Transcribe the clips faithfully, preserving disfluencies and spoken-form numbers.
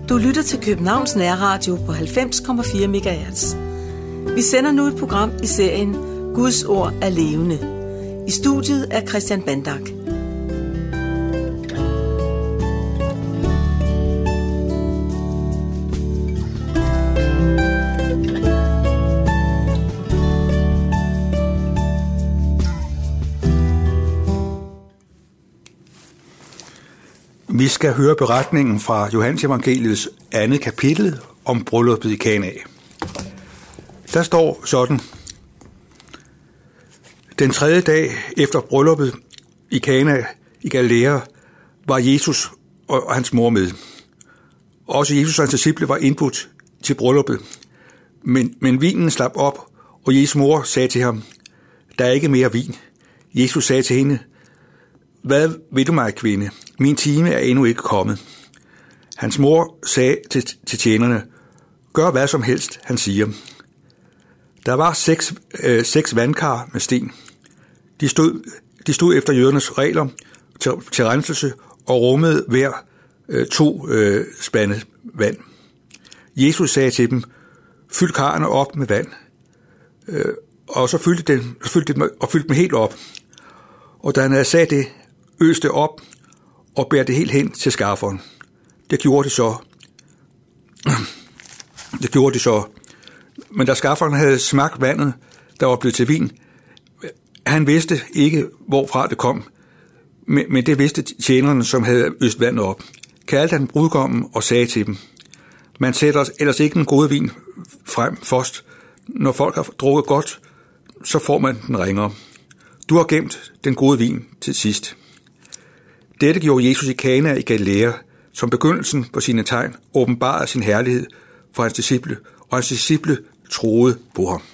Du lytter til Københavns Nærradio på halvfems komma fire megahertz. Vi sender nu et program i serien Guds ord er levende. I studiet er Christian Bandak. Vi skal høre beretningen fra Johannes Evangeliets andet kapitel om brylluppet i Kana. Der står sådan: Den tredje dag efter brylluppet i Kana i Galilea var Jesus og hans mor med. Også Jesus og hans disciple var indbudt til brylluppet, men, men vinen slap op, og Jesu mor sagde til ham: Der er ikke mere vin. Jesus sagde til hende: Hvad vil du mig, kvinde? Min time er endnu ikke kommet. Hans mor sagde til, til tjenerne: Gør hvad som helst, han siger. Der var seks, øh, seks vandkar med sten. De stod, de stod efter jødernes regler til, til renselse og rummede hver øh, to øh, spande vand. Jesus sagde til dem: Fyld karrene op med vand. Øh, og så fyldte dem, fyldte dem, og fyldte dem helt op. Og da han havde sagt det, øste op og bære det helt hen til skafferen. Det gjorde de så. Det gjorde de så. Men da skafferen havde smagt vandet, der var blevet til vin, han vidste ikke, hvorfra det kom, men, men det vidste tjenerne, som havde øst vandet op. Kaldte han brudgommen og sagde til dem: Man sætter ellers ikke den gode vin frem først. Når folk har drukket godt, så får man den ringere. Du har gemt den gode vin til sidst. Dette gjorde Jesus i Kana i Galilea, som begyndelsen på sine tegn åbenbarede sin herlighed for hans disciple, og hans disciple troede på ham.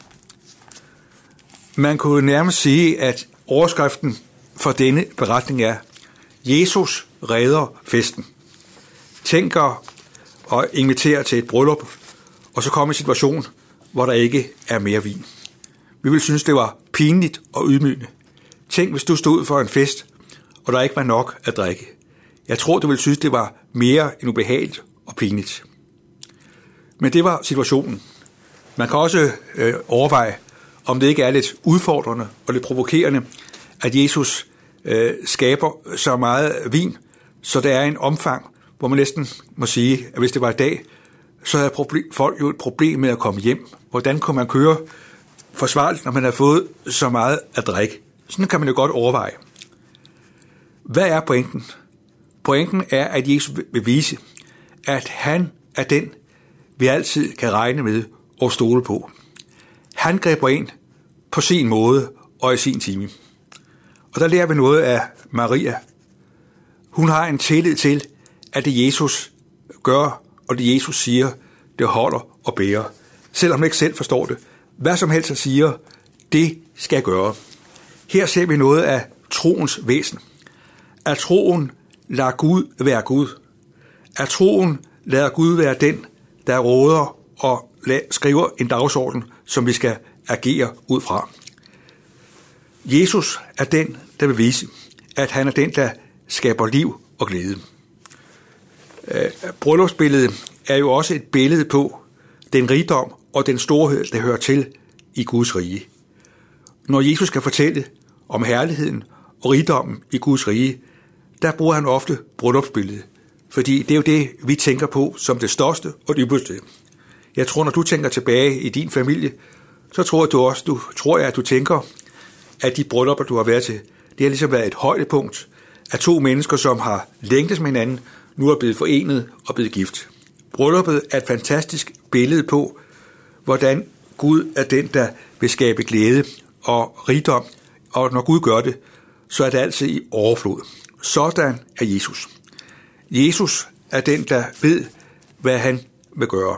Man kunne nærmest sige, at overskriften for denne beretning er: Jesus redder festen. Tænker og inviterer til et bryllup, og så kommer en situation, hvor der ikke er mere vin. Vi ville synes, det var pinligt og ydmygende. Tænk, hvis du stod for en fest, og der ikke var nok at drikke. Jeg tror, du ville synes, det var mere end ubehageligt og pinligt. Men det var situationen. Man kan også øh, overveje, om det ikke er lidt udfordrende og lidt provokerende, at Jesus øh, skaber så meget vin, så der er en omfang, hvor man næsten må sige, at hvis det var i dag, så havde problem, folk jo et problem med at komme hjem. Hvordan kunne man køre forsvarligt, når man har fået så meget at drikke? Sådan kan man jo godt overveje. Hvad er pointen? Pointen er, at Jesus vil vise, at han er den, vi altid kan regne med og stole på. Han griber ind på sin måde og i sin time. Og der lærer vi noget af Maria. Hun har en tillid til, at det Jesus gør, og det Jesus siger, det holder og bærer. Selvom hun ikke selv forstår det. Hvad som helst han siger, det skal jeg gøre. Her ser vi noget af troens væsen. At troen lader Gud være Gud. At troen lader Gud være den, der råder og skriver en dagsorden, som vi skal agere ud fra. Jesus er den, der vil vise, at han er den, der skaber liv og glæde. Bryllupsbilledet er jo også et billede på den rigdom og den storhed, der hører til i Guds rige. Når Jesus skal fortælle om herligheden og rigdommen i Guds rige, der bruger han ofte bryllupsbilledet, fordi det er jo det, vi tænker på som det største og det ypperste. Jeg tror, når du tænker tilbage i din familie, så tror jeg, du også, du, tror jeg, at du tænker, at de bryllupper, du har været til, det har ligesom været et højdepunkt af to mennesker, som har længtes med hinanden, nu er blevet forenet og blevet gift. Brylluppet er et fantastisk billede på, hvordan Gud er den, der vil skabe glæde og rigdom, og når Gud gør det, så er det altid i overflod. Sådan er Jesus. Jesus er den, der ved, hvad han vil gøre.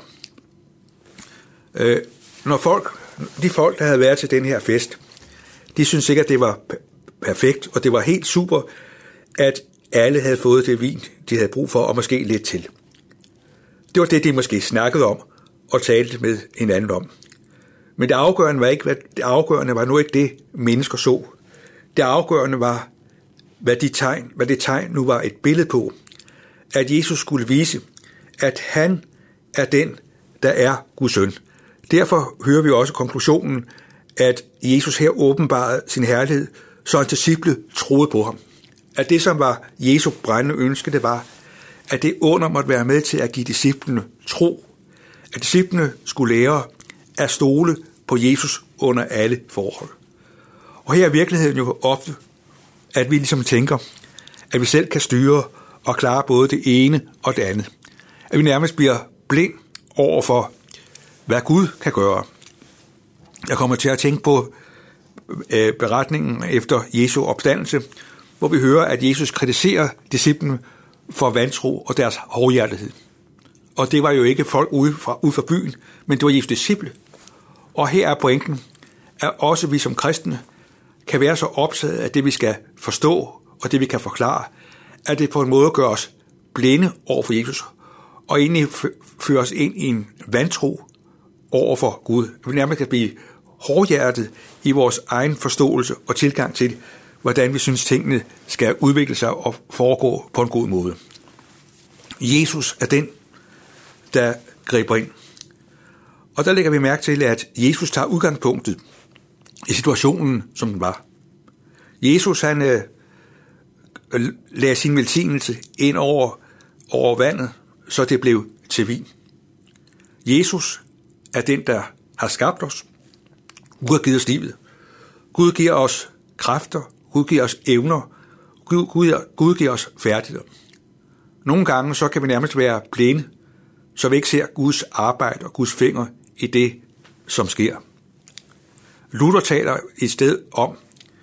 Øh, når folk, de folk, der havde været til den her fest, de synes sikkert, det var perfekt, og det var helt super, at alle havde fået det vin, de havde brug for, og måske lidt til. Det var det, de måske snakkede om og talte med hinanden om. Men det afgørende var ikke, hvad det afgørende var nu ikke det, mennesker så. Det afgørende var, hvad, de tegn, hvad det tegn nu var et billede på, at Jesus skulle vise, at han er den, der er Guds søn. Derfor hører vi også konklusionen, at Jesus her åbenbarede sin herlighed, så en disciple troede på ham. At det, som var Jesu brændende ønske, det var, at det under måtte være med til at give disciplene tro. At disciplene skulle lære at stole på Jesus under alle forhold. Og her er virkeligheden jo ofte, at vi ligesom tænker, at vi selv kan styre og klare både det ene og det andet. At vi nærmest bliver blind over for, hvad Gud kan gøre. Jeg kommer til at tænke på øh, beretningen efter Jesu opstandelse, hvor vi hører, at Jesus kritiserer disciplene for vantro og deres hårdhjertethed. Og det var jo ikke folk ude fra, ude fra byen, men det var Jesu disciple. Og her er pointen, at også vi som kristne kan være så optaget af det, vi skal forstå, og det, vi kan forklare, at det på en måde gør os blinde over for Jesus, og egentlig fører os ind i en vantro over for Gud. Vi nærmest kan blive hårdhjertet i vores egen forståelse og tilgang til, hvordan vi synes, tingene skal udvikle sig og foregå på en god måde. Jesus er den, der griber ind. Og der lægger vi mærke til, at Jesus tager udgangspunktet i situationen, som den var. Jesus, han øh, lagde sin velsignelse ind over, over vandet, så det blev til vin. Jesus er den, der har skabt os. Gud har givet os livet. Gud giver os kræfter. Gud giver os evner. Gud, Gud, Gud giver os færdigheder. Nogle gange så kan vi nærmest være blinde, så vi ikke ser Guds arbejde og Guds finger i det, som sker. Luther taler i stedet om,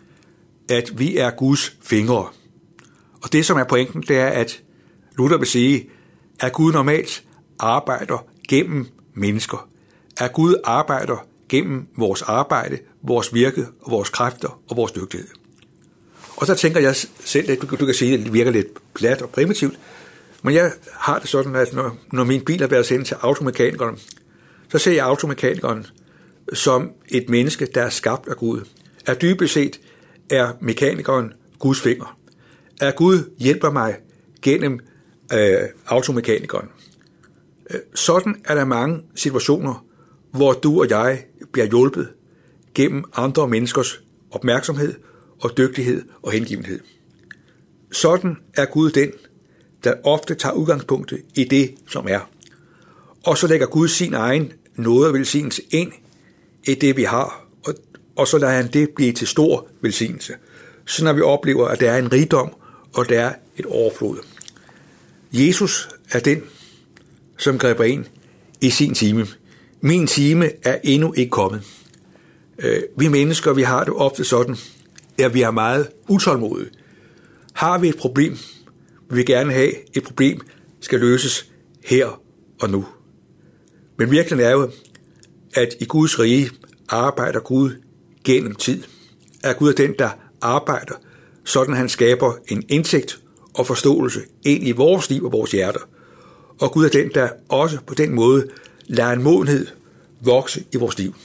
at vi er Guds fingre. Og det, som er pointen, det er, at Luther vil sige, at Gud normalt arbejder gennem mennesker. At Gud arbejder gennem vores arbejde, vores virke, og vores kræfter og vores dygtighed. Og så tænker jeg selv, at du kan sige, at det virker lidt plat og primitivt, men jeg har det sådan, at når, når min bil er været sendt til automekanikeren, så ser jeg automekanikeren som et menneske, der er skabt af Gud. At dybest set er mekanikeren Guds finger. At Gud hjælper mig gennem øh, automekanikeren. Sådan er der mange situationer, hvor du og jeg bliver hjulpet gennem andre menneskers opmærksomhed og dygtighed og hengivenhed. Sådan er Gud den, der ofte tager udgangspunktet i det, som er. Og så lægger Gud sin egen nåde og velsignelse ind i det, vi har, og, og så lader han det blive til stor velsignelse. Så når vi oplever, at der er en rigdom, og der er et overflod. Jesus er den, som griber ind i sin time. Min time er endnu ikke kommet. Vi mennesker, vi har det ofte sådan, at vi er meget utålmodige. Har vi et problem, vil vi gerne have et problem, skal løses her og nu. Men virkeligheden er jo, at i Guds rige arbejder Gud gennem tid. At Gud er den, der arbejder, sådan han skaber en indsigt og forståelse ind i vores liv og vores hjerter. Og Gud er den, der også på den måde lader en modenhed vokse i vores liv.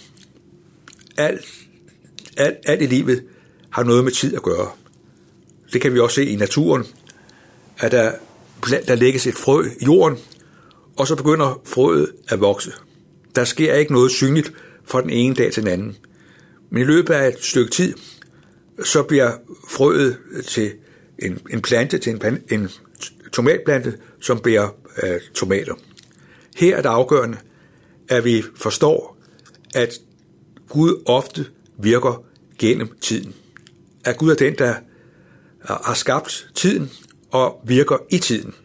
Alt, alt, alt i livet har noget med tid at gøre. Det kan vi også se i naturen, at der, der lægges et frø i jorden, og så begynder frøet at vokse. Der sker ikke noget synligt fra den ene dag til den anden. Men i løbet af et stykke tid, så bliver frøet til en, en plante, til en, en tomatplante, som bærer øh, tomater. Her er det afgørende, at vi forstår, at Gud ofte virker gennem tiden. At Gud er den, der har skabt tiden og virker i tiden.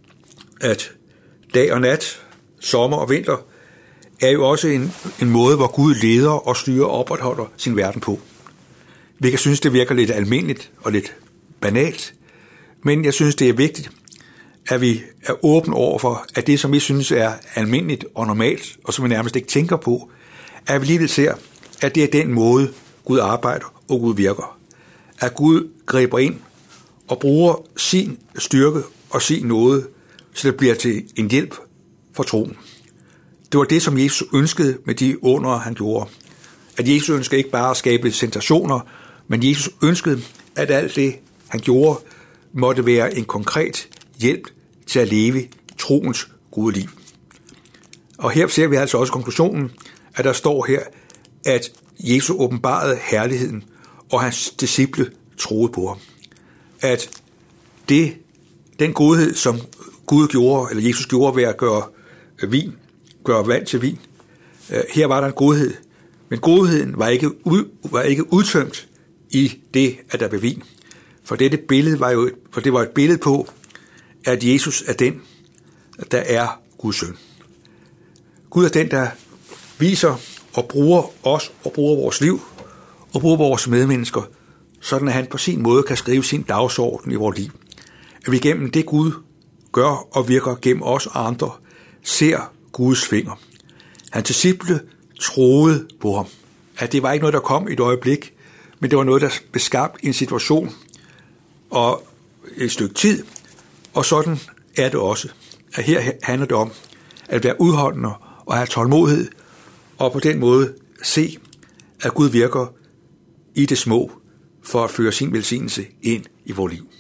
At dag og nat, sommer og vinter, er jo også en, en måde, hvor Gud leder og styrer og opretholder sin verden på. Vi kan synes, det virker lidt almindeligt og lidt banalt, men jeg synes, det er vigtigt, at vi er åbne over for, at det, som vi synes er almindeligt og normalt, og som vi nærmest ikke tænker på, at vi alligevel ser, at det er den måde, Gud arbejder og Gud virker. At Gud griber ind og bruger sin styrke og sin nåde, så det bliver til en hjælp for troen. Det var det, som Jesus ønskede med de under, han gjorde. At Jesus ønskede ikke bare at skabe sensationer, men Jesus ønskede, at alt det, han gjorde, måtte være en konkret hjælp til at leve troens gode liv. Og her ser vi altså også konklusionen, at der står her, at Jesus åbenbarede herligheden, og hans disciple troede på ham. At det, den godhed, som Gud gjorde, eller Jesus gjorde ved at gøre vin, gøre vand til vin, her var der en godhed, men godheden var ikke, ud, var ikke udtømt i det, at der blev vin. For dette billede var jo, for det var et billede på, at Jesus er den, der er Guds søn. Gud er den, der viser og bruger os og bruger vores liv og bruger vores medmennesker, sådan at han på sin måde kan skrive sin dagsorden i vores liv. At vi gennem det Gud gør og virker gennem os og andre, ser Guds finger. Hans disciple troede på ham. At det var ikke noget, der kom i et øjeblik, men det var noget, der blev skabt i en situation og et stykke tid. Og sådan er det også. At her handler det om at være udholdende og have tålmodighed, og på den måde se, at Gud virker i det små for at føre sin velsignelse ind i vores liv.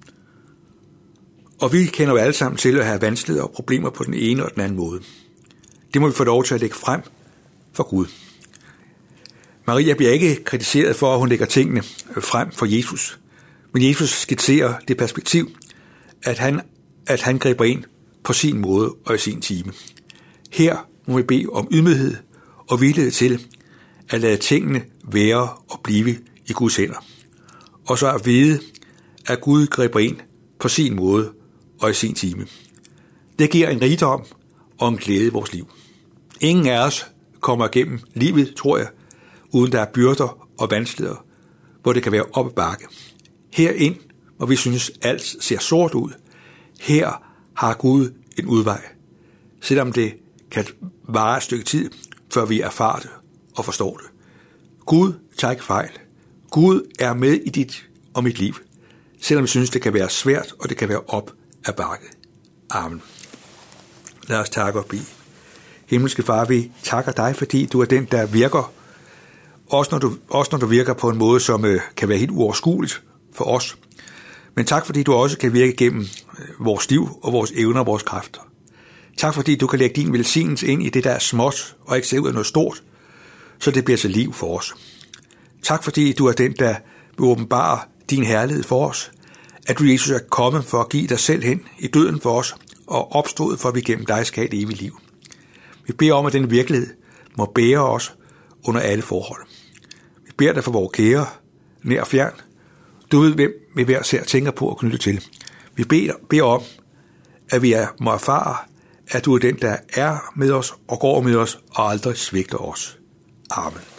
Og vi kender jo alle sammen til at have vanskeligheder og problemer på den ene og den anden måde. Det må vi få lov til at lægge frem for Gud. Maria bliver ikke kritiseret for, at hun lægger tingene frem for Jesus, men Jesus skitserer det perspektiv, at han, at han griber ind på sin måde og i sin time. Her må vi bede om ydmyghed og villighed til at lade tingene være og blive i Guds hænder. Og så at vide, at Gud griber ind på sin måde og i sin time. Det giver en rigdom og en glæde i vores liv. Ingen af os kommer igennem livet, tror jeg, uden der er byrder og vanskeligheder, hvor det kan være op ad bakke. Herind, hvor vi synes, alt ser sort ud, her har Gud en udvej, selvom det kan vare et stykke tid, før vi erfarer det og forstår det. Gud tager ikke fejl. Gud er med i dit og mit liv, selvom vi synes, det kan være svært, og det kan være op ad bakke. Amen. Lad os takke og bede. Himmelske Far, vi takker dig, fordi du er den, der virker, også når du, også når du virker på en måde, som øh, kan være helt uoverskueligt for os. Men tak, fordi du også kan virke gennem øh, vores liv og vores evner og vores kræfter. Tak, fordi du kan lægge din velsignelse ind i det, der er småt og ikke ser ud af noget stort, så det bliver til liv for os. Tak, fordi du er den, der vil åbenbare din herlighed for os, at du, Jesus, er kommet for at give dig selv hen i døden for os, og opstået for, at vi gennem dig skal have et evigt liv. Vi beder om, at den virkelighed må bære os under alle forhold. Vi beder dig for vores kære, nær og fjern. Du ved, hvem vi hver ser tænker på at knytte til. Vi beder, beder om, at vi er, må erfare, at du er den, der er med os og går med os og aldrig svigter os. Amen.